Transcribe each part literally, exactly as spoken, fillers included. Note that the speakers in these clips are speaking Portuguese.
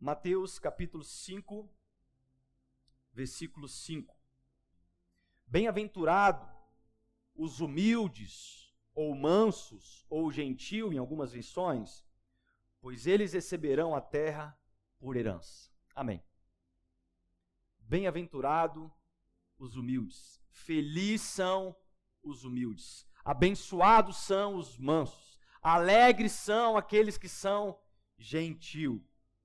Mateus capítulo cinco, versículo cinco. Bem-aventurado os humildes, ou mansos, ou gentil, em algumas versões, pois eles receberão a terra por herança. Amém. Bem-aventurado os humildes, felizes são os humildes, abençoados são os mansos, alegres são aqueles que são gentil.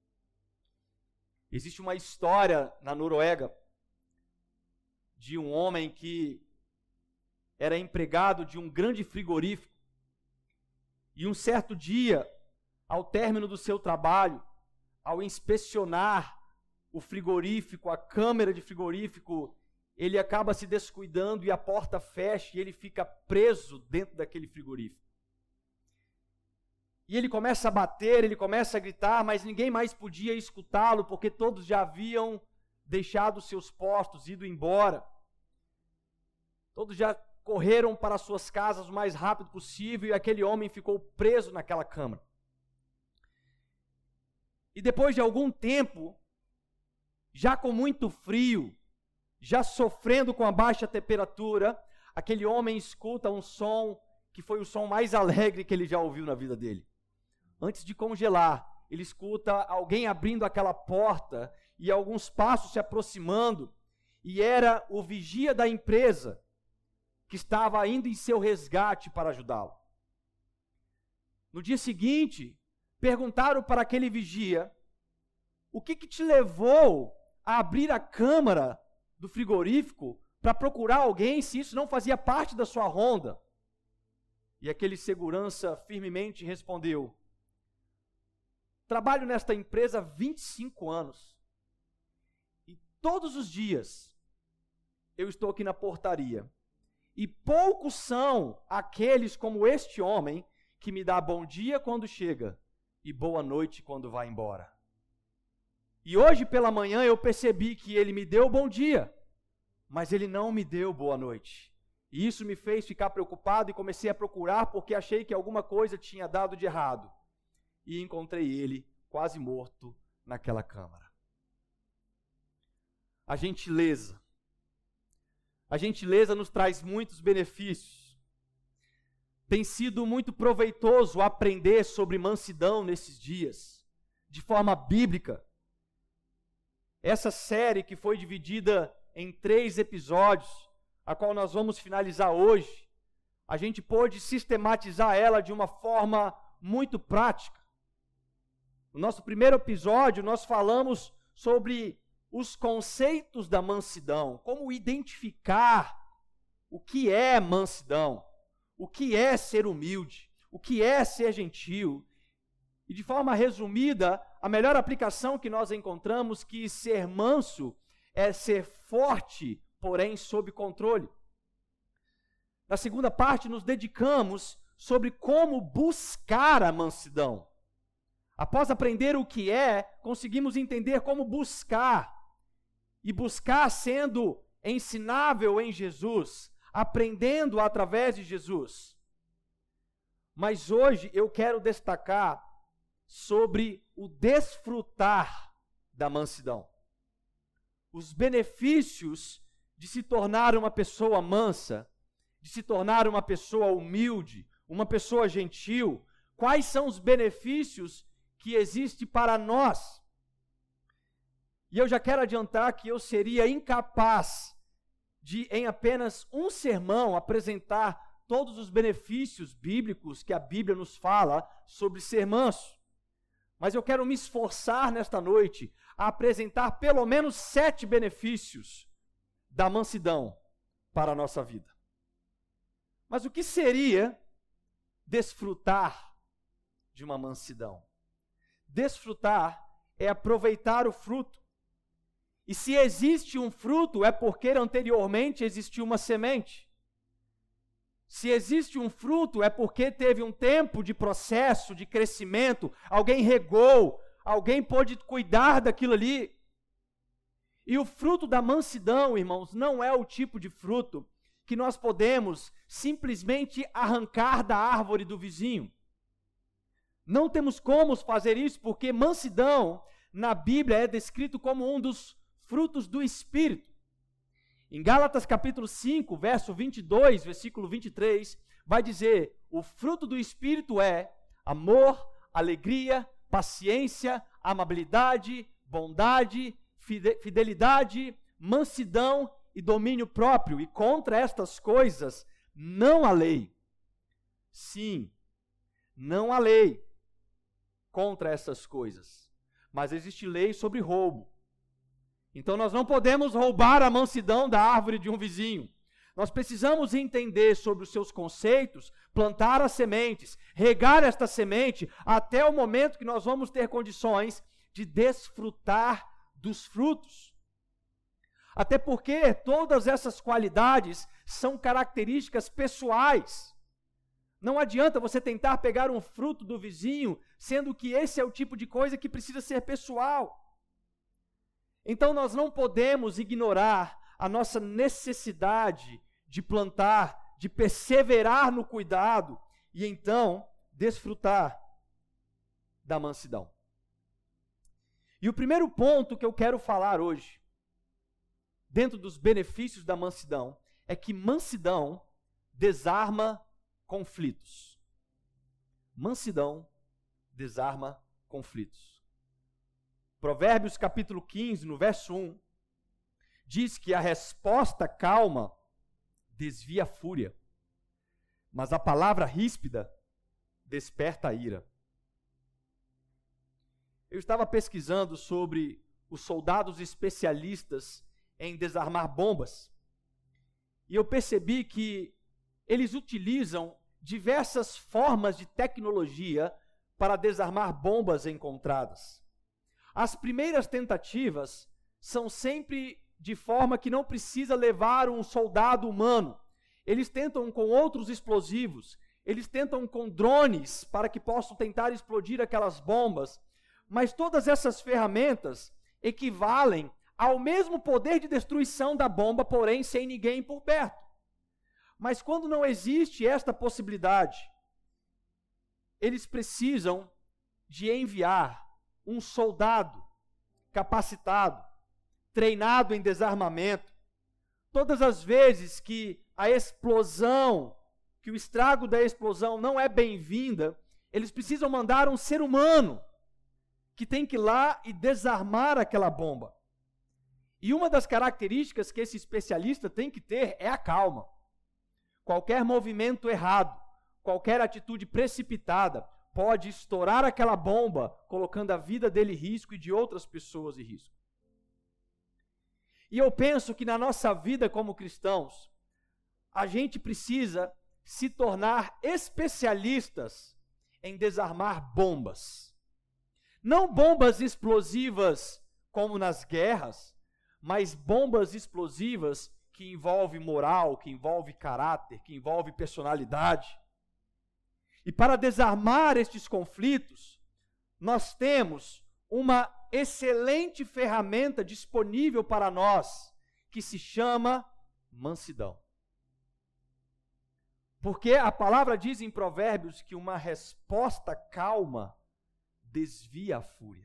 Existe uma história na Noruega de um homem que era empregado de um grande frigorífico e um certo dia, ao término do seu trabalho, ao inspecionar o frigorífico, a câmara de frigorífico, ele acaba se descuidando e a porta fecha e ele fica preso dentro daquele frigorífico. E ele começa a bater, ele começa a gritar, mas ninguém mais podia escutá-lo, porque todos já haviam deixado seus postos, ido embora. Todos já correram para suas casas o mais rápido possível e aquele homem ficou preso naquela câmara. E depois de algum tempo, já com muito frio, já sofrendo com a baixa temperatura, aquele homem escuta um som que foi o som mais alegre que ele já ouviu na vida dele. Antes de congelar, ele escuta alguém abrindo aquela porta e alguns passos se aproximando, e era o vigia da empresa que estava indo em seu resgate para ajudá-lo. No dia seguinte, perguntaram para aquele vigia: o que, que te levou a abrir a câmara do frigorífico para procurar alguém, se isso não fazia parte da sua ronda? E aquele segurança firmemente respondeu: trabalho nesta empresa há vinte e cinco anos. E todos os dias eu estou aqui na portaria. E poucos são aqueles como este homem que me dá bom dia quando chega e boa noite quando vai embora. E hoje pela manhã eu percebi que ele me deu bom dia, mas ele não me deu boa noite. E isso me fez ficar preocupado e comecei a procurar porque achei que alguma coisa tinha dado de errado. E encontrei ele quase morto naquela câmara. A gentileza. A gentileza nos traz muitos benefícios. Tem sido muito proveitoso aprender sobre mansidão nesses dias, de forma bíblica. Essa série que foi dividida em três episódios, a qual nós vamos finalizar hoje, a gente pôde sistematizar ela de uma forma muito prática. No nosso primeiro episódio, nós falamos sobre os conceitos da mansidão, como identificar o que é mansidão, o que é ser humilde, o que é ser gentil. E de forma resumida, a melhor aplicação que nós encontramos que ser manso é ser forte, porém sob controle. Na segunda parte, nos dedicamos sobre como buscar a mansidão. Após aprender o que é, conseguimos entender como buscar. E buscar sendo ensinável em Jesus, aprendendo através de Jesus. Mas hoje eu quero destacar sobre o desfrutar da mansidão. Os benefícios de se tornar uma pessoa mansa, de se tornar uma pessoa humilde, uma pessoa gentil. Quais são os benefícios que existem para nós? E eu já quero adiantar que eu seria incapaz de, em apenas um sermão, apresentar todos os benefícios bíblicos que a Bíblia nos fala sobre ser manso. Mas eu quero me esforçar nesta noite a apresentar pelo menos sete benefícios da mansidão para a nossa vida. Mas o que seria desfrutar de uma mansidão? Desfrutar é aproveitar o fruto. E se existe um fruto, é porque anteriormente existiu uma semente. Se existe um fruto, é porque teve um tempo de processo, de crescimento, alguém regou, alguém pôde cuidar daquilo ali. E o fruto da mansidão, irmãos, não é o tipo de fruto que nós podemos simplesmente arrancar da árvore do vizinho. Não temos como fazer isso, porque mansidão na Bíblia é descrito como um dos frutos do Espírito. Em Gálatas capítulo cinco, verso vinte e dois, versículo vinte e três, vai dizer: o fruto do Espírito é amor, alegria, paciência, amabilidade, bondade, fidelidade, mansidão e domínio próprio. E contra estas coisas não há lei. Sim, não há lei contra essas coisas. Mas existe lei sobre roubo. Então nós não podemos roubar a mansidão da árvore de um vizinho. Nós precisamos entender sobre os seus conceitos, plantar as sementes, regar esta semente até o momento que nós vamos ter condições de desfrutar dos frutos. Até porque todas essas qualidades são características pessoais. Não adianta você tentar pegar um fruto do vizinho, sendo que esse é o tipo de coisa que precisa ser pessoal. Então nós não podemos ignorar a nossa necessidade de plantar, de perseverar no cuidado e então desfrutar da mansidão. E o primeiro ponto que eu quero falar hoje, dentro dos benefícios da mansidão, é que mansidão desarma conflitos. Mansidão desarma conflitos. Provérbios capítulo quinze, no verso um, diz que a resposta calma desvia a fúria, mas a palavra ríspida desperta a ira. Eu estava pesquisando sobre os soldados especialistas em desarmar bombas, e eu percebi que eles utilizam diversas formas de tecnologia para desarmar bombas encontradas. As primeiras tentativas são sempre de forma que não precisa levar um soldado humano. Eles tentam com outros explosivos, eles tentam com drones para que possam tentar explodir aquelas bombas, mas todas essas ferramentas equivalem ao mesmo poder de destruição da bomba, porém sem ninguém por perto. Mas quando não existe esta possibilidade, eles precisam de enviar um soldado capacitado, treinado em desarmamento. Todas as vezes que a explosão, que o estrago da explosão não é bem-vinda, eles precisam mandar um ser humano que tem que ir lá e desarmar aquela bomba. E uma das características que esse especialista tem que ter é a calma. Qualquer movimento errado, qualquer atitude precipitada pode estourar aquela bomba, colocando a vida dele em risco e de outras pessoas em risco. E eu penso que na nossa vida como cristãos, a gente precisa se tornar especialistas em desarmar bombas. Não bombas explosivas como nas guerras, mas bombas explosivas que envolvem moral, que envolvem caráter, que envolvem personalidade. E para desarmar estes conflitos, nós temos uma excelente ferramenta disponível para nós, que se chama mansidão. Porque a palavra diz em Provérbios que uma resposta calma desvia a fúria.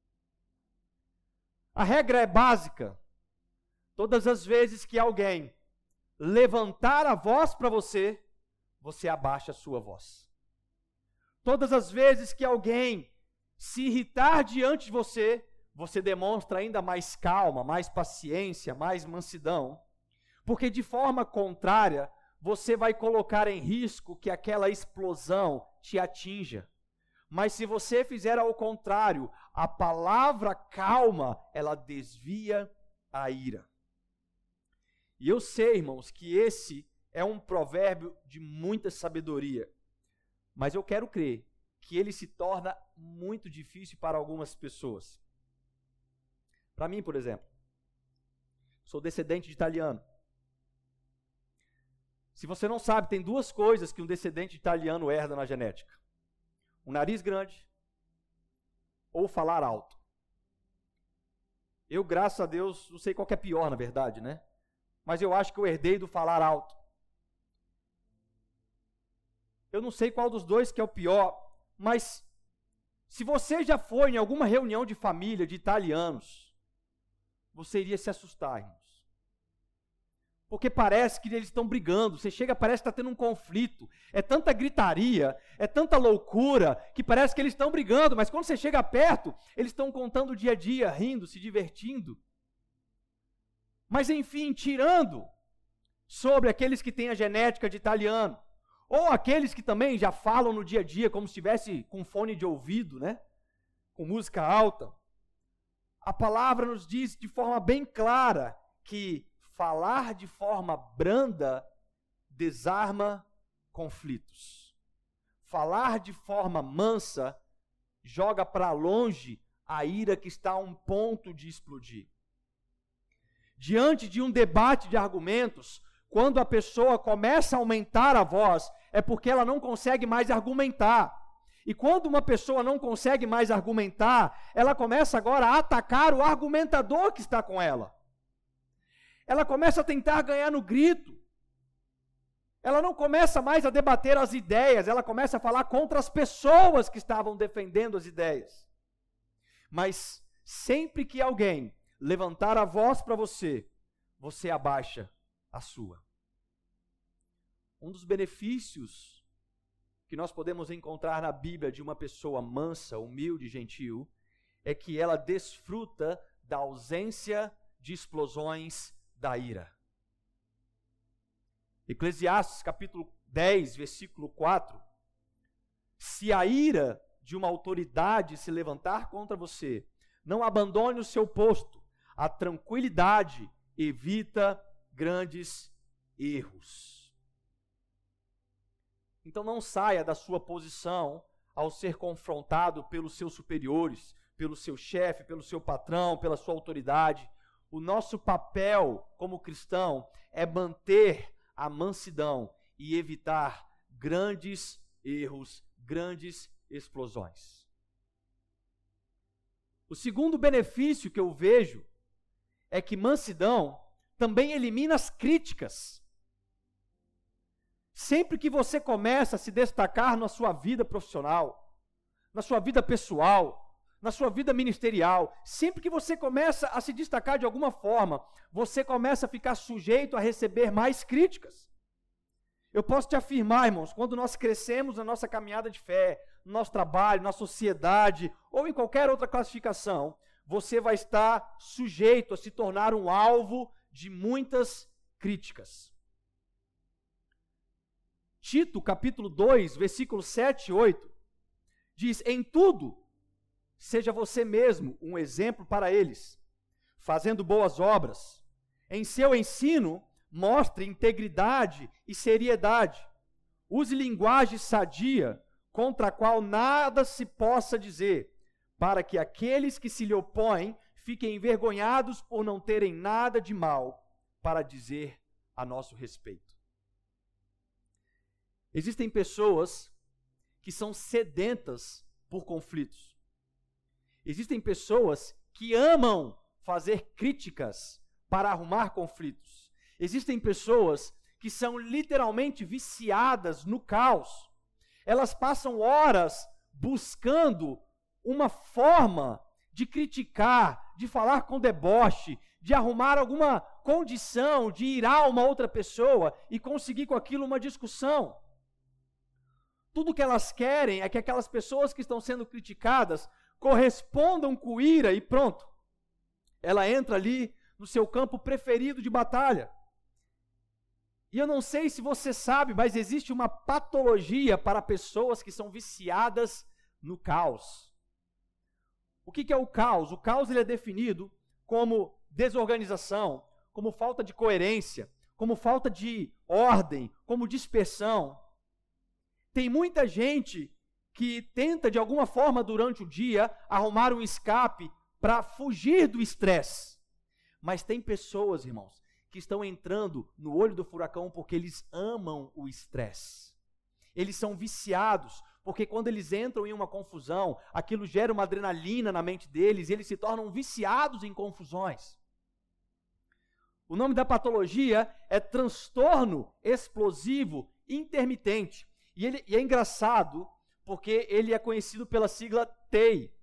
A regra é básica. Todas as vezes que alguém levantar a voz para você, você abaixa a sua voz. Todas as vezes que alguém se irritar diante de você, você demonstra ainda mais calma, mais paciência, mais mansidão, porque de forma contrária, você vai colocar em risco que aquela explosão te atinja. Mas se você fizer ao contrário, a palavra calma, ela desvia a ira. E eu sei, irmãos, que esse é um provérbio de muita sabedoria, mas eu quero crer que ele se torna muito difícil para algumas pessoas. Para mim, por exemplo, sou descendente de italiano. Se você não sabe, tem duas coisas que um descendente de italiano herda na genética: um nariz grande ou falar alto. Eu, graças a Deus, não sei qual que é pior, na verdade, né? Mas eu acho que eu herdei do falar alto. Eu não sei qual dos dois que é o pior, mas Se você já foi em alguma reunião de família de italianos, você iria se assustar, irmãos. Porque parece que eles estão brigando, você chega, parece que está tendo um conflito. É tanta gritaria, é tanta loucura, que parece que eles estão brigando, mas quando você chega perto, eles estão contando o dia a dia, rindo, se divertindo. Mas enfim, tirando sobre aqueles que têm a genética de italiano, ou aqueles que também já falam no dia a dia como se estivesse com fone de ouvido, né? Com música alta. A palavra nos diz de forma bem clara que falar de forma branda desarma conflitos. Falar de forma mansa joga para longe a ira que está a um ponto de explodir. Diante de um debate de argumentos, quando a pessoa começa a aumentar a voz, é porque ela não consegue mais argumentar. E quando uma pessoa não consegue mais argumentar, ela começa agora a atacar o argumentador que está com ela. Ela começa a tentar ganhar no grito. Ela não começa mais a debater as ideias, ela começa a falar contra as pessoas que estavam defendendo as ideias. Mas sempre que alguém levantar a voz para você, você abaixa a sua. Um dos benefícios que nós podemos encontrar na Bíblia de uma pessoa mansa, humilde e gentil, é que ela desfruta da ausência de explosões da ira. Eclesiastes capítulo dez, versículo quatro. Se a ira de uma autoridade se levantar contra você, não abandone o seu posto. A tranquilidade evita grandes erros. Então não saia da sua posição ao ser confrontado pelos seus superiores, pelo seu chefe, pelo seu patrão, pela sua autoridade. O nosso papel como cristão é manter a mansidão e evitar grandes erros, grandes explosões. O segundo benefício que eu vejo é que mansidão também elimina as críticas. Sempre que você começa a se destacar na sua vida profissional, na sua vida pessoal, na sua vida ministerial, sempre que você começa a se destacar de alguma forma, você começa a ficar sujeito a receber mais críticas. Eu posso te afirmar, irmãos, quando nós crescemos na nossa caminhada de fé, no nosso trabalho, na sociedade, ou em qualquer outra classificação, você vai estar sujeito a se tornar um alvo de muitas críticas. Tito, capítulo dois, versículos sete e oito, diz: em tudo, seja você mesmo um exemplo para eles, fazendo boas obras. Em seu ensino, mostre integridade e seriedade. Use linguagem sadia, contra a qual nada se possa dizer, para que aqueles que se lhe opõem fiquem envergonhados por não terem nada de mal para dizer a nosso respeito. Existem pessoas que são sedentas por conflitos. Existem pessoas que amam fazer críticas para arrumar conflitos. Existem pessoas que são literalmente viciadas no caos. Elas passam horas buscando uma forma de criticar, de falar com deboche, de arrumar alguma condição de irar uma outra pessoa e conseguir com aquilo uma discussão. Tudo que elas querem é que aquelas pessoas que estão sendo criticadas correspondam com ira e pronto. Ela entra ali no seu campo preferido de batalha. E eu não sei se você sabe, mas existe uma patologia para pessoas que são viciadas no caos. O que que é o caos? O caos ele é definido como desorganização, como falta de coerência, como falta de ordem, como dispersão. Tem muita gente que tenta de alguma forma durante o dia arrumar um escape para fugir do estresse. Mas tem pessoas, irmãos, que estão entrando no olho do furacão porque eles amam o estresse. Eles são viciados, porque quando eles entram em uma confusão, aquilo gera uma adrenalina na mente deles e eles se tornam viciados em confusões. O nome da patologia é transtorno explosivo intermitente. E, ele, e é engraçado, porque ele é conhecido pela sigla T E I.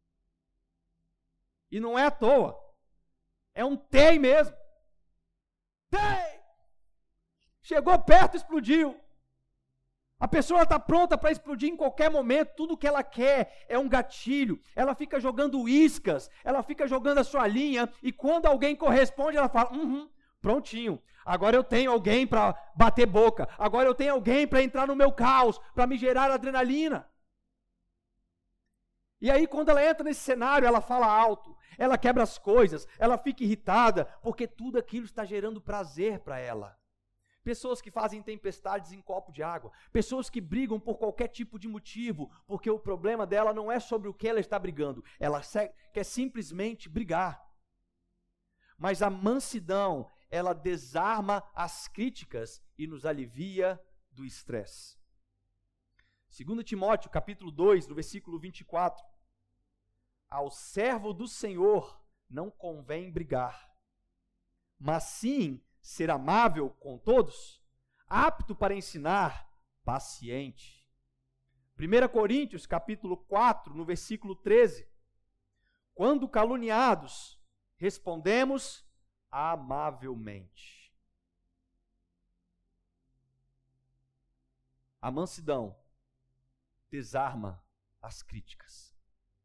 E não é à toa. É um T E I mesmo. T E I! Chegou perto, explodiu. A pessoa está pronta para explodir em qualquer momento. Tudo que ela quer é um gatilho. Ela fica jogando iscas, ela fica jogando a sua linha, e quando alguém corresponde, ela fala, uhum, prontinho. Agora eu tenho alguém para bater boca. Agora eu tenho alguém para entrar no meu caos, para me gerar adrenalina. E aí, quando ela entra nesse cenário, ela fala alto, ela quebra as coisas, ela fica irritada, porque tudo aquilo está gerando prazer para ela. Pessoas que fazem tempestades em copo de água, pessoas que brigam por qualquer tipo de motivo, porque o problema dela não é sobre o que ela está brigando, ela quer simplesmente brigar. Mas a mansidão, ela desarma as críticas e nos alivia do estresse. Segundo Timóteo, capítulo dois, no versículo vinte e quatro. Ao servo do Senhor não convém brigar, mas sim ser amável com todos, apto para ensinar, paciente. primeira Coríntios, capítulo quatro, no versículo treze. Quando caluniados, respondemos amavelmente. A mansidão desarma as críticas.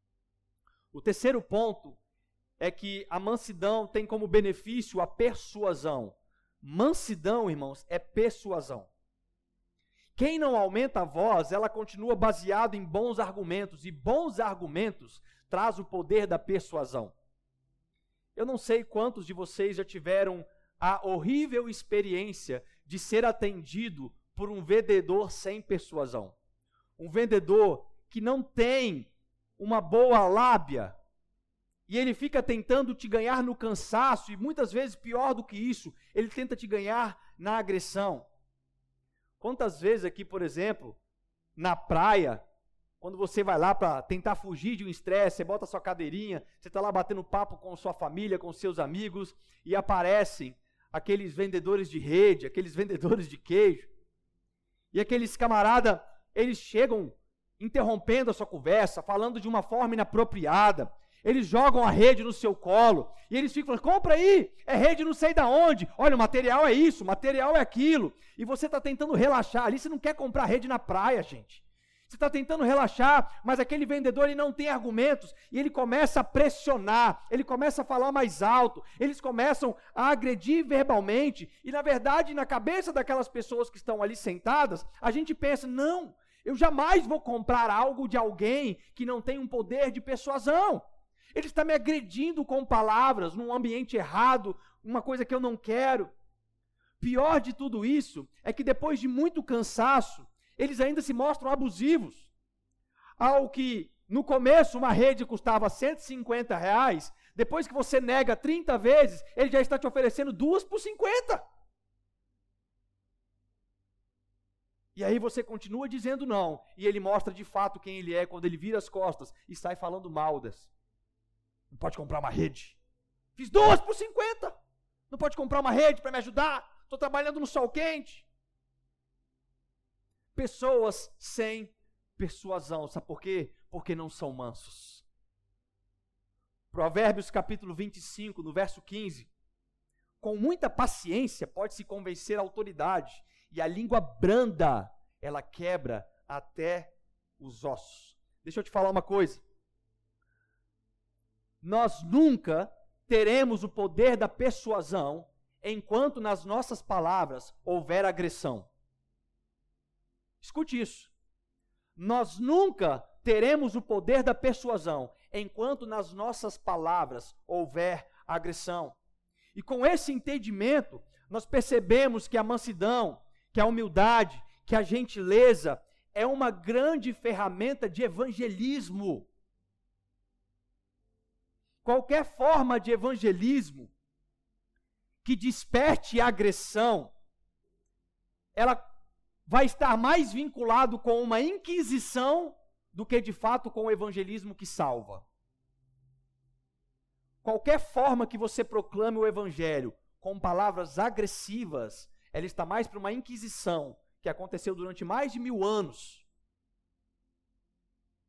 O terceiro ponto é que a mansidão tem como benefício a persuasão. Mansidão, irmãos, é persuasão. Quem não aumenta a voz, ela continua baseado em bons argumentos, e bons argumentos traz o poder da persuasão. Eu não sei quantos de vocês já tiveram a horrível experiência de ser atendido por um vendedor sem persuasão. Um vendedor que não tem uma boa lábia, e ele fica tentando te ganhar no cansaço, e muitas vezes, pior do que isso, ele tenta te ganhar na agressão. Quantas vezes aqui, por exemplo, na praia, quando você vai lá para tentar fugir de um estresse, você bota a sua cadeirinha, você está lá batendo papo com sua família, com seus amigos, e aparecem aqueles vendedores de rede, aqueles vendedores de queijo, e aqueles camaradas, eles chegam interrompendo a sua conversa, falando de uma forma inapropriada. Eles jogam a rede no seu colo, e eles ficam falando, compra aí, é rede não sei da onde, olha, o material é isso, o material é aquilo, e você está tentando relaxar ali, você não quer comprar rede na praia, gente. Você está tentando relaxar, mas aquele vendedor ele não tem argumentos, e ele começa a pressionar, ele começa a falar mais alto, eles começam a agredir verbalmente, e na verdade, na cabeça daquelas pessoas que estão ali sentadas, a gente pensa, não, eu jamais vou comprar algo de alguém que não tem um poder de persuasão. Ele está me agredindo com palavras, num ambiente errado, uma coisa que eu não quero. Pior de tudo isso é que depois de muito cansaço, eles ainda se mostram abusivos. Ao que no começo uma rede custava cento e cinquenta reais, depois que você nega trinta vezes, ele já está te oferecendo duas por cinquenta. E aí você continua dizendo não, e ele mostra de fato quem ele é quando ele vira as costas e sai falando mal das. Não pode comprar uma rede. Fiz duas por cinquenta. Não pode comprar uma rede para me ajudar? Estou trabalhando no sol quente. Pessoas sem persuasão. Sabe por quê? Porque não são mansos. Provérbios capítulo vinte e cinco, no verso quinze. Com muita paciência pode-se convencer a autoridade, e a língua branda, ela quebra até os ossos. Deixa eu te falar uma coisa. Nós nunca teremos o poder da persuasão enquanto nas nossas palavras houver agressão. Escute isso. Nós nunca teremos o poder da persuasão enquanto nas nossas palavras houver agressão. E com esse entendimento, nós percebemos que a mansidão, que a humildade, que a gentileza é uma grande ferramenta de evangelismo. Qualquer forma de evangelismo que desperte agressão, ela vai estar mais vinculado com uma inquisição do que de fato com o evangelismo que salva. Qualquer forma que você proclame o evangelho com palavras agressivas, ela está mais para uma inquisição que aconteceu durante mais de mil anos.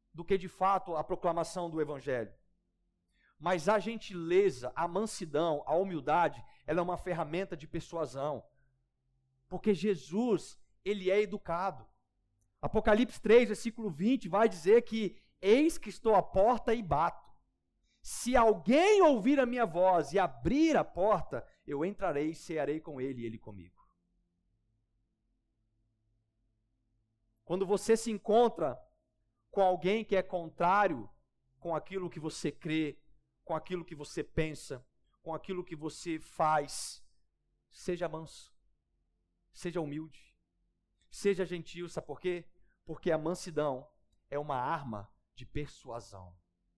do que de fato a proclamação do Evangelho. Mas a gentileza, a mansidão, a humildade, ela é uma ferramenta de persuasão. Porque Jesus, ele é educado. Apocalipse três, versículo vinte, vai dizer que eis que estou à porta e bato. Se alguém ouvir a minha voz e abrir a porta, eu entrarei e cearei com ele e ele comigo. Quando você se encontra com alguém que é contrário com aquilo que você crê, com aquilo que você pensa, com aquilo que você faz, seja manso, seja humilde, seja gentil, sabe por quê? Porque a mansidão é uma arma de persuasão.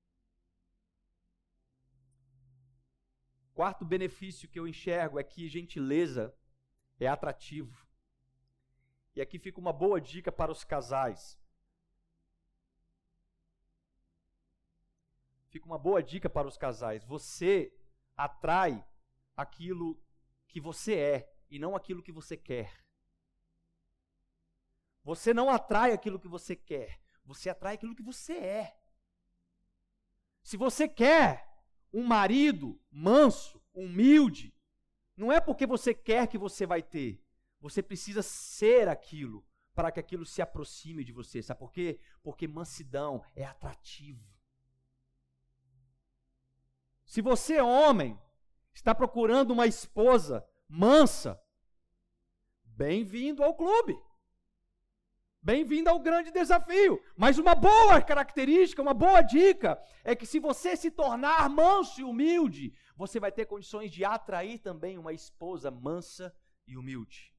Quarto benefício que eu enxergo é que gentileza é atrativo. E aqui fica uma boa dica para os casais. Fica uma boa dica para os casais. Você atrai aquilo que você é e não aquilo que você quer. Você não atrai aquilo que você quer, você atrai aquilo que você é. Se você quer um marido manso, humilde, não é porque você quer que você vai ter. Você precisa ser aquilo para que aquilo se aproxime de você. Sabe por quê? Porque mansidão é atrativo. Se você, homem, está procurando uma esposa mansa, bem-vindo ao clube. Bem-vindo ao grande desafio. Mas uma boa característica, uma boa dica, é que se você se tornar manso e humilde, você vai ter condições de atrair também uma esposa mansa e humilde.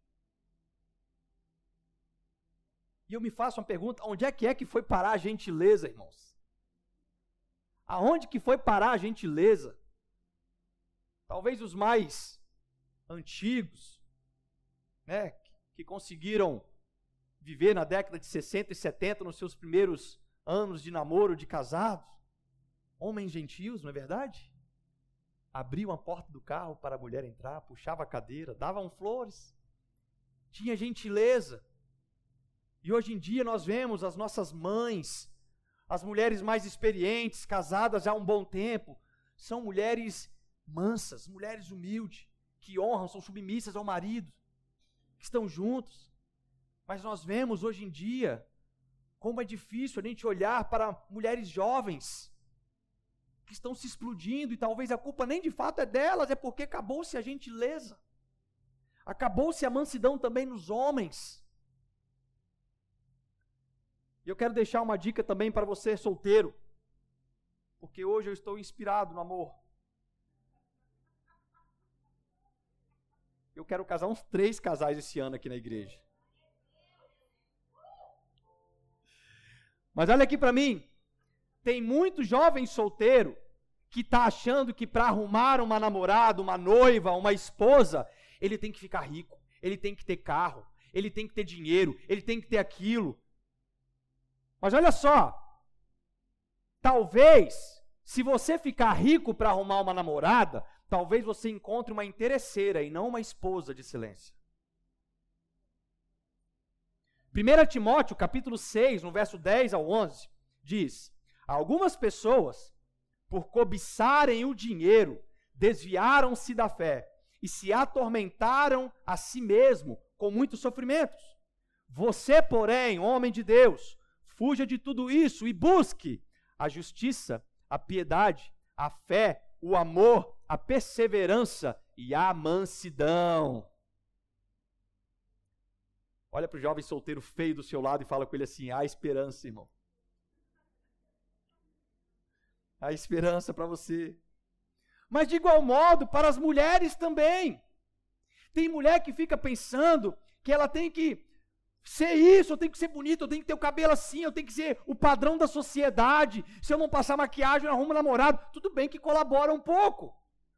E eu me faço uma pergunta, onde é que é que foi parar a gentileza, irmãos? Aonde que foi parar a gentileza? Talvez os mais antigos, né, que conseguiram viver na década de sessenta e setenta, nos seus primeiros anos de namoro, de casados, homens gentios, não é verdade? Abriam a porta do carro para a mulher entrar, puxava a cadeira, davam flores, tinha gentileza. E hoje em dia nós vemos as nossas mães, as mulheres mais experientes, casadas já há um bom tempo, são mulheres mansas, mulheres humildes, que honram, são submissas ao marido, que estão juntos. Mas nós vemos hoje em dia como é difícil a gente olhar para mulheres jovens que estão se explodindo e talvez a culpa nem de fato é delas, é porque acabou-se a gentileza, acabou-se a mansidão também nos homens. E eu quero deixar uma dica também para você solteiro, porque hoje eu estou inspirado no amor. Eu quero casar uns três casais esse ano aqui na igreja. Mas olha aqui para mim, tem muito jovem solteiro que está achando que para arrumar uma namorada, uma noiva, uma esposa, ele tem que ficar rico, ele tem que ter carro, ele tem que ter dinheiro, ele tem que ter aquilo. Mas olha só, talvez, se você ficar rico para arrumar uma namorada, talvez você encontre uma interesseira e não uma esposa de excelência. primeiro Timóteo, capítulo seis, no verso dez ao onze, diz: algumas pessoas, por cobiçarem o dinheiro, desviaram-se da fé e se atormentaram a si mesmo com muitos sofrimentos. Você, porém, homem de Deus, fuja de tudo isso e busque a justiça, a piedade, a fé, o amor, a perseverança e a mansidão. Olha para o jovem solteiro feio do seu lado e fala com ele assim: há esperança, irmão. Há esperança para você. Mas de igual modo, para as mulheres também. Tem mulher que fica pensando que ela tem que ser isso, eu tenho que ser bonita, eu tenho que ter o cabelo assim, eu tenho que ser o padrão da sociedade. Se eu não passar maquiagem, eu arrumo um namorado. Tudo bem que colabora um pouco.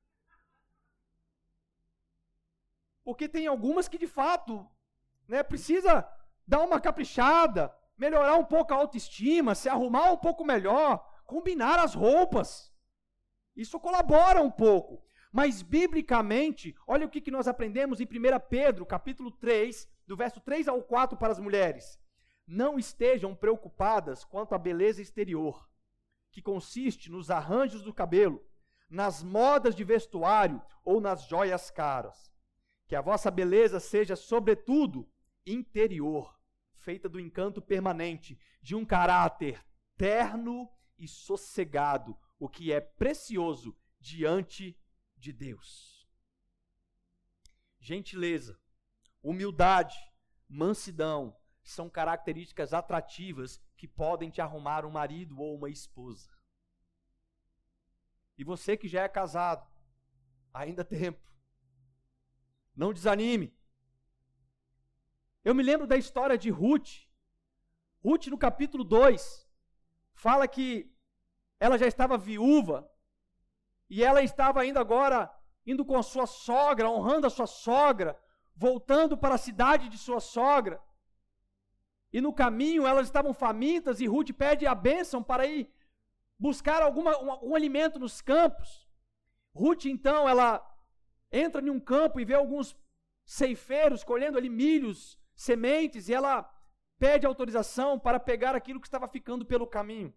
Porque tem algumas que de fato, né, precisa dar uma caprichada, melhorar um pouco a autoestima, se arrumar um pouco melhor, combinar as roupas. Isso colabora um pouco. Mas, biblicamente, olha o que, que nós aprendemos em primeiro Pedro, capítulo três, do verso três ao quatro para as mulheres. não estejam preocupadas quanto à beleza exterior, que consiste nos arranjos do cabelo, nas modas de vestuário ou nas joias caras. Que a vossa beleza seja, sobretudo, interior, feita do encanto permanente, de um caráter terno e sossegado, o que é precioso diante de Deus. Gentileza, humildade, mansidão são características atrativas que podem te arrumar um marido ou uma esposa. E você que já é casado, ainda há tempo, não desanime. Eu me lembro da história de Ruth. Ruth, no capítulo dois, fala que ela já estava viúva e ela estava ainda agora indo com a sua sogra, honrando a sua sogra, voltando para a cidade de sua sogra. E no caminho elas estavam famintas e Ruth pede a bênção para ir buscar alguma, um, um alimento nos campos. Ruth, então, ela entra em um campo e vê alguns ceifeiros colhendo ali milhos, sementes, e ela pede autorização para pegar aquilo que estava ficando pelo caminho.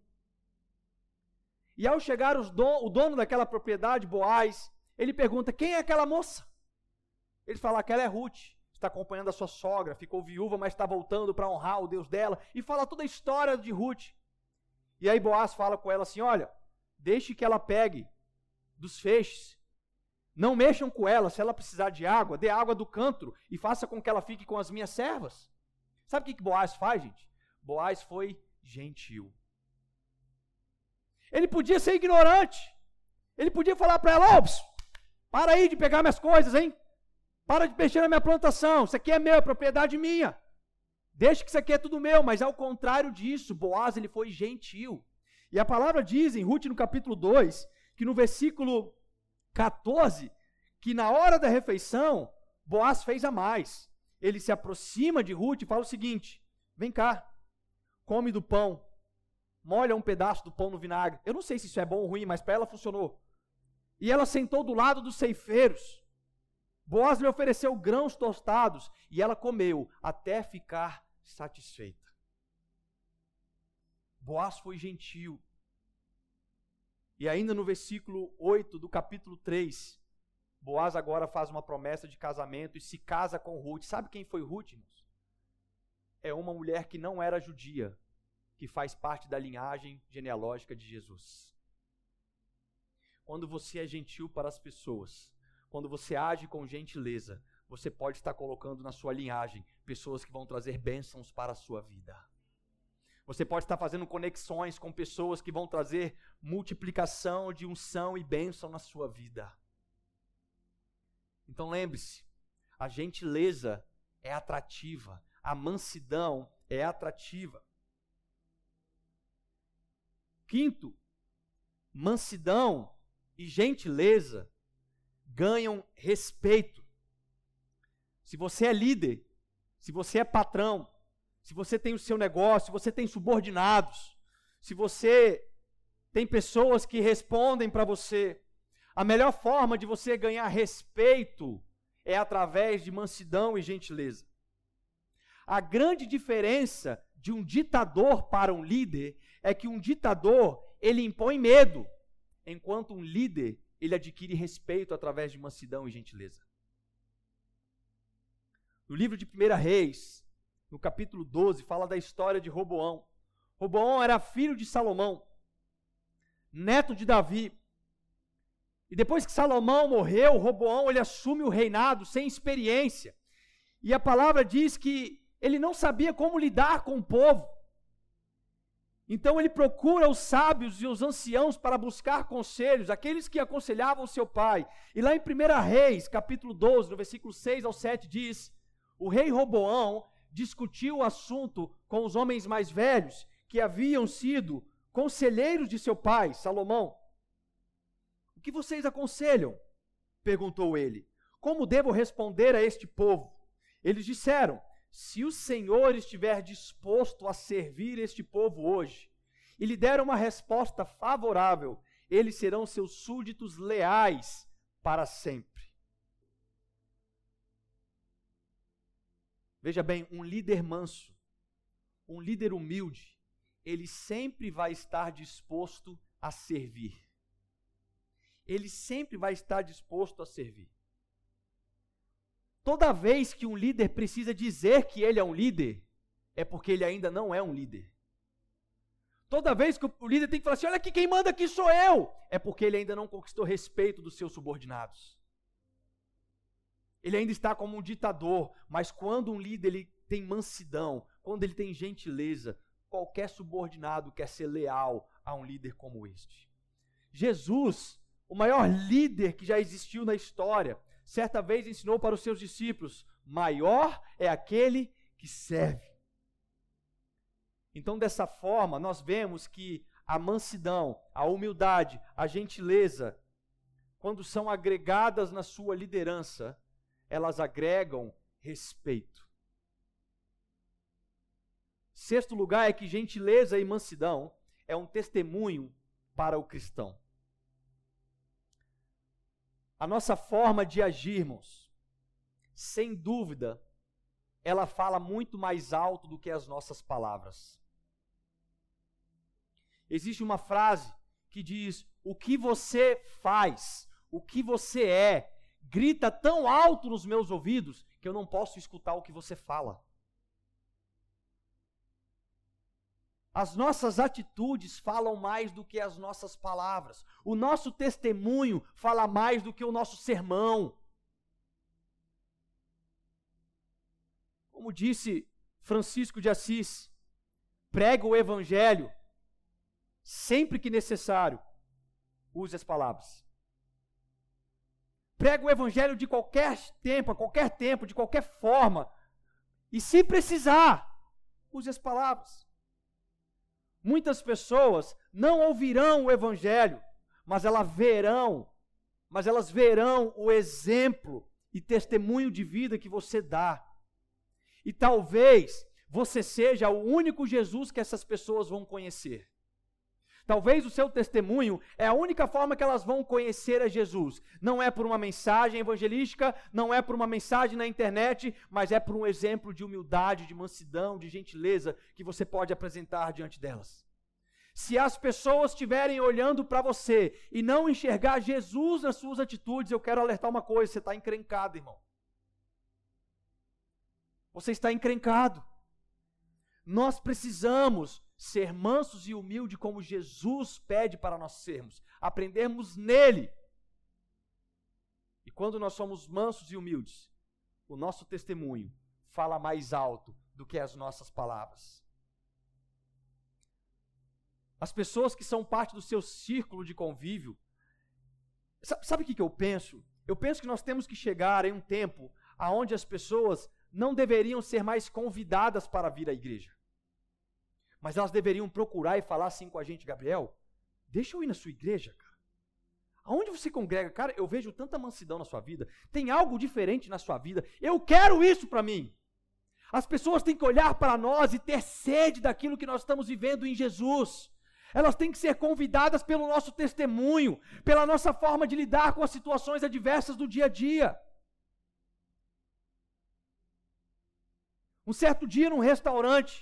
E ao chegar os don, o dono daquela propriedade, Boaz, ele pergunta: quem é aquela moça? Ele fala: aquela é Ruth, está acompanhando a sua sogra, ficou viúva, mas está voltando para honrar o Deus dela, e fala toda a história de Ruth. E aí Boaz fala com ela assim: olha, deixe que ela pegue dos feixes, não mexam com ela, se ela precisar de água, dê água do cântaro e faça com que ela fique com as minhas servas. Sabe o que que Boaz faz, gente? Boaz foi gentil. Ele podia ser ignorante, ele podia falar para ela: ops, para aí de pegar minhas coisas, hein? Para de mexer na minha plantação, isso aqui é meu, é propriedade minha. Deixa que isso aqui é tudo meu. Mas ao contrário disso, Boaz, ele foi gentil. E a palavra diz em Ruth, no capítulo dois, que no versículo catorze, que na hora da refeição, Boaz fez a mais. Ele se aproxima de Ruth e fala o seguinte: vem cá, come do pão, molha um pedaço do pão no vinagre. Eu não sei se isso é bom ou ruim, mas para ela funcionou. E ela sentou do lado dos ceifeiros. Boaz lhe ofereceu grãos tostados e ela comeu até ficar satisfeita. Boaz foi gentil. E ainda no versículo oito do capítulo três, Boaz agora faz uma promessa de casamento e se casa com Ruth. Sabe quem foi Ruth, irmãos? É uma mulher que não era judia, que faz parte da linhagem genealógica de Jesus. Quando você é gentil para as pessoas, quando você age com gentileza, você pode estar colocando na sua linhagem pessoas que vão trazer bênçãos para a sua vida. Você pode estar fazendo conexões com pessoas que vão trazer multiplicação de unção e bênção na sua vida. Então lembre-se, a gentileza é atrativa, a mansidão é atrativa. Quinto, mansidão e gentileza ganham respeito. Se você é líder, se você é patrão, se você tem o seu negócio, se você tem subordinados, se você tem pessoas que respondem para você, a melhor forma de você ganhar respeito é através de mansidão e gentileza. A grande diferença de um ditador para um líder é que um ditador, ele impõe medo, enquanto um líder, ele adquire respeito através de mansidão e gentileza. No livro de primeira Reis, no capítulo doze, fala da história de Roboão. Roboão era filho de Salomão, neto de Davi. E depois que Salomão morreu, Roboão ele assume o reinado sem experiência. E a palavra diz que ele não sabia como lidar com o povo. Então ele procura os sábios e os anciãos para buscar conselhos, aqueles que aconselhavam seu pai. E lá em primeira Reis, capítulo doze, no versículo seis ao sete, diz: o rei Roboão discutiu o assunto com os homens mais velhos, que haviam sido conselheiros de seu pai, Salomão. O que vocês aconselham? Perguntou ele. Como devo responder a este povo? Eles disseram: se o Senhor estiver disposto a servir este povo hoje, e lhe der uma resposta favorável, eles serão seus súditos leais para sempre. Veja bem, um líder manso, Um líder humilde, ele sempre vai estar disposto a servir. Ele sempre vai estar disposto a servir. Toda vez que um líder precisa dizer que ele é um líder, é porque ele ainda não é um líder. Toda vez que o líder tem que falar assim, olha aqui, quem manda aqui sou eu, é porque ele ainda não conquistou respeito dos seus subordinados. Ele ainda está como um ditador, mas quando um líder ele tem mansidão, quando ele tem gentileza, qualquer subordinado quer ser leal a um líder como este. Jesus, o maior líder que já existiu na história, certa vez ensinou para os seus discípulos, maior é aquele que serve. Então, dessa forma, nós vemos que a mansidão, a humildade, a gentileza, quando são agregadas na sua liderança, elas agregam respeito. Sexto lugar é que gentileza e mansidão é um testemunho para o cristão. A nossa forma de agirmos, sem dúvida, ela fala muito mais alto do que as nossas palavras. Existe uma frase que diz, o que você faz, o que você é, grita tão alto nos meus ouvidos que eu não posso escutar o que você fala. As nossas atitudes falam mais do que as nossas palavras. O nosso testemunho fala mais do que o nosso sermão. Como disse Francisco de Assis, prega o evangelho, sempre que necessário, use as palavras. Prega o evangelho de qualquer tempo, a qualquer tempo, de qualquer forma. E se precisar, use as palavras. Muitas pessoas não ouvirão o evangelho, mas elas verão, mas elas verão o exemplo e testemunho de vida que você dá. E talvez você seja o único Jesus que essas pessoas vão conhecer. Talvez o seu testemunho é a única forma que elas vão conhecer a Jesus. Não é por uma mensagem evangelística, não é por uma mensagem na internet, mas é por um exemplo de humildade, de mansidão, de gentileza que você pode apresentar diante delas. Se as pessoas estiverem olhando para você e não enxergar Jesus nas suas atitudes, eu quero alertar uma coisa, você está encrencado, irmão. Você está encrencado. Nós precisamos ser mansos e humildes como Jesus pede para nós sermos. Aprendermos nele. E quando nós somos mansos e humildes, o nosso testemunho fala mais alto do que as nossas palavras. As pessoas que são parte do seu círculo de convívio, sabe, sabe o que, que eu penso? Eu penso que nós temos que chegar em um tempo onde as pessoas não deveriam ser mais convidadas para vir à igreja. Mas elas deveriam procurar e falar assim com a gente, Gabriel, deixa eu ir na sua igreja, cara. Aonde você congrega? Cara, eu vejo tanta mansidão na sua vida, tem algo diferente na sua vida, eu quero isso para mim. As pessoas têm que olhar para nós e ter sede daquilo que nós estamos vivendo em Jesus. Elas têm que ser convidadas pelo nosso testemunho, pela nossa forma de lidar com as situações adversas do dia a dia. Um certo dia num restaurante,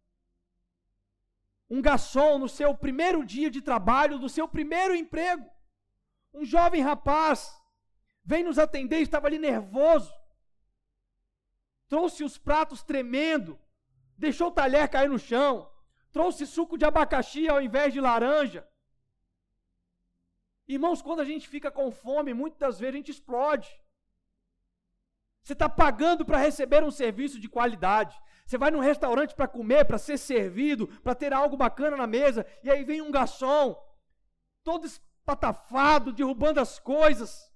um garçom no seu primeiro dia de trabalho, do seu primeiro emprego, um jovem rapaz, vem nos atender, estava ali nervoso, trouxe os pratos tremendo, deixou o talher cair no chão, trouxe suco de abacaxi ao invés de laranja. Irmãos, quando a gente fica com fome, muitas das vezes a gente explode. Você está pagando para receber um serviço de qualidade. Você vai num restaurante para comer, para ser servido, para ter algo bacana na mesa, e aí vem um garçom, todo espatafado, derrubando as coisas.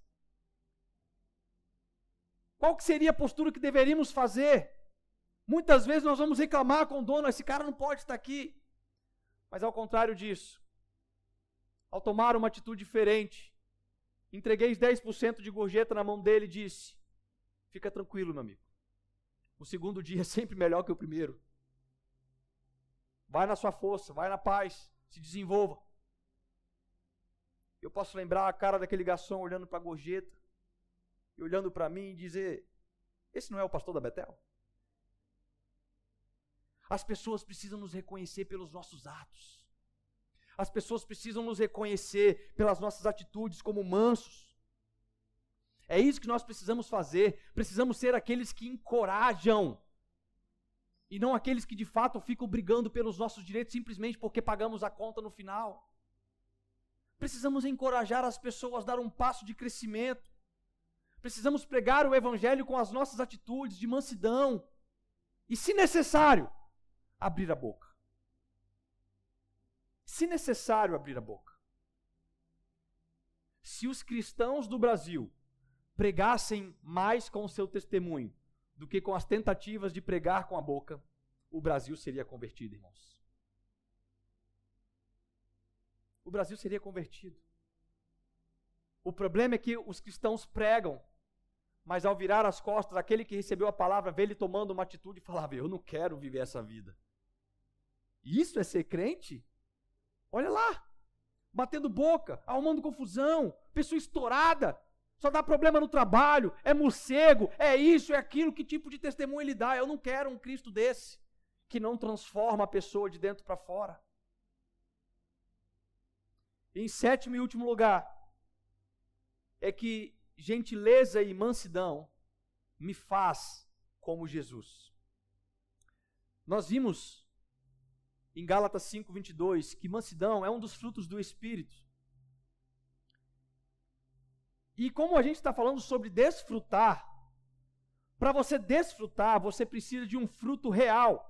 Qual que seria a postura que deveríamos fazer? Muitas vezes nós vamos reclamar com o dono, esse cara não pode estar aqui. Mas ao contrário disso, ao tomar uma atitude diferente, entreguei dez por cento de gorjeta na mão dele e disse, fica tranquilo, meu amigo. O segundo dia é sempre melhor que o primeiro. Vai na sua força, vai na paz, se desenvolva. Eu posso lembrar a cara daquele garçom olhando para a gorjeta, e olhando para mim e dizer, esse não é o pastor da Betel? As pessoas precisam nos reconhecer pelos nossos atos. As pessoas precisam nos reconhecer pelas nossas atitudes como mansos. É isso que nós precisamos fazer. Precisamos ser aqueles que encorajam. E não aqueles que de fato ficam brigando pelos nossos direitos simplesmente porque pagamos a conta no final. Precisamos encorajar as pessoas a dar um passo de crescimento. Precisamos pregar o evangelho com as nossas atitudes de mansidão. E, se necessário, abrir a boca. Se necessário, abrir a boca. Se os cristãos do Brasil pregassem mais com o seu testemunho do que com as tentativas de pregar com a boca, o Brasil seria convertido, irmãos. O Brasil seria convertido. O problema é que os cristãos pregam, mas ao virar as costas, aquele que recebeu a palavra, vê ele tomando uma atitude e falava, eu não quero viver essa vida. Isso é ser crente? Olha lá, batendo boca, arrumando confusão, pessoa estourada, só dá problema no trabalho, é morcego, é isso, é aquilo, que tipo de testemunho ele dá? Eu não quero um Cristo desse, que não transforma a pessoa de dentro para fora. E em sétimo e último lugar, é que gentileza e mansidão me faz como Jesus. Nós vimos em Gálatas cinco, vinte e dois, que mansidão é um dos frutos do Espírito. E como a gente está falando sobre desfrutar, para você desfrutar, você precisa de um fruto real.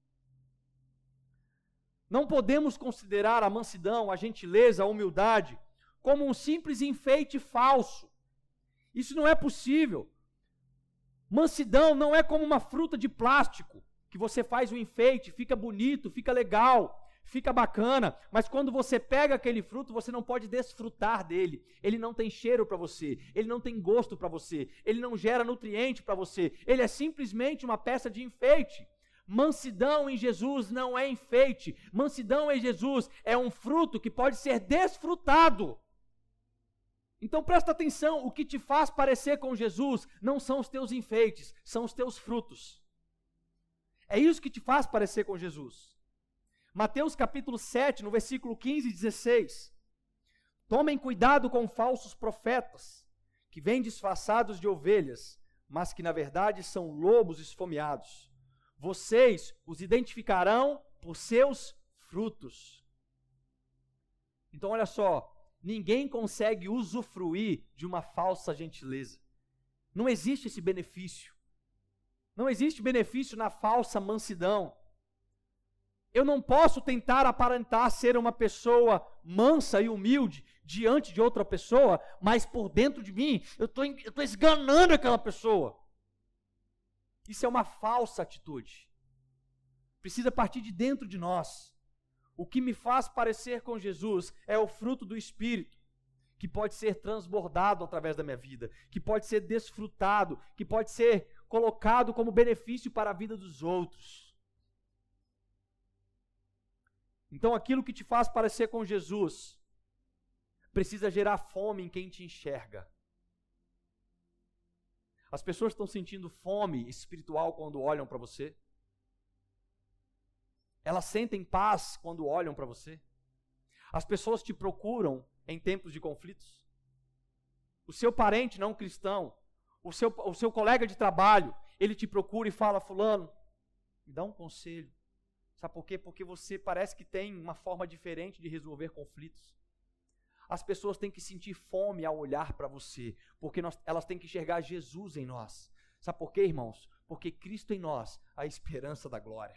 Não podemos considerar a mansidão, a gentileza, a humildade, como um simples enfeite falso. Isso não é possível. Mansidão não é como uma fruta de plástico, que você faz um enfeite, fica bonito, fica legal, fica bacana, mas quando você pega aquele fruto, você não pode desfrutar dele. Ele não tem cheiro para você, ele não tem gosto para você, ele não gera nutriente para você, ele é simplesmente uma peça de enfeite. Mansidão em Jesus não é enfeite, mansidão em Jesus é um fruto que pode ser desfrutado. Então presta atenção, o que te faz parecer com Jesus não são os teus enfeites, são os teus frutos. É isso que te faz parecer com Jesus. Mateus capítulo sete, no versículo quinze e dezesseis. Tomem cuidado com falsos profetas, que vêm disfarçados de ovelhas, mas que na verdade são lobos esfomeados. Vocês os identificarão por seus frutos. Então olha só, ninguém consegue usufruir de uma falsa gentileza. Não existe esse benefício. Não existe benefício na falsa mansidão. Eu não posso tentar aparentar ser uma pessoa mansa e humilde diante de outra pessoa, mas por dentro de mim eu estou esganando aquela pessoa. Isso é uma falsa atitude. Precisa partir de dentro de nós. O que me faz parecer com Jesus é o fruto do Espírito, que pode ser transbordado através da minha vida, que pode ser desfrutado, que pode ser colocado como benefício para a vida dos outros. Então aquilo que te faz parecer com Jesus precisa gerar fome em quem te enxerga. As pessoas estão sentindo fome espiritual quando olham para você? Elas sentem paz quando olham para você? As pessoas te procuram em tempos de conflitos? O seu parente não cristão, o seu, o seu colega de trabalho, ele te procura e fala, fulano, me dá um conselho. Sabe por quê? Porque você parece que tem uma forma diferente de resolver conflitos. As pessoas têm que sentir fome ao olhar para você, porque nós, elas têm que enxergar Jesus em nós. Sabe por quê, irmãos? Porque Cristo em nós, a esperança da glória.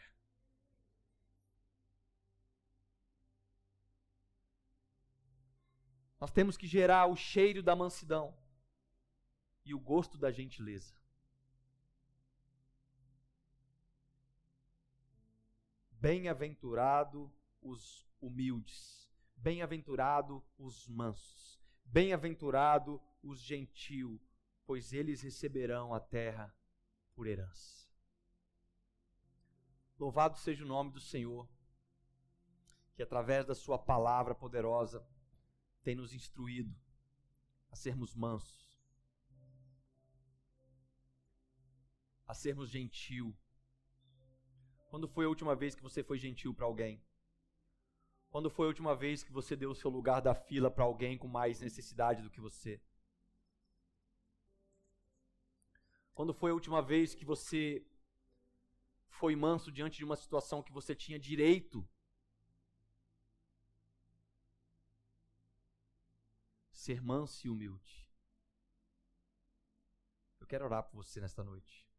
Nós temos que gerar o cheiro da mansidão e o gosto da gentileza. Bem-aventurado os humildes, bem-aventurado os mansos, bem-aventurado os gentil, pois eles receberão a terra por herança. Louvado seja o nome do Senhor, que através da sua palavra poderosa tem nos instruído a sermos mansos, a sermos gentil. Quando foi a última vez que você foi gentil para alguém? Quando foi a última vez que você deu o seu lugar da fila para alguém com mais necessidade do que você? Quando foi a última vez que você foi manso diante de uma situação que você tinha direito? Ser manso e humilde. Eu quero orar por você nesta noite.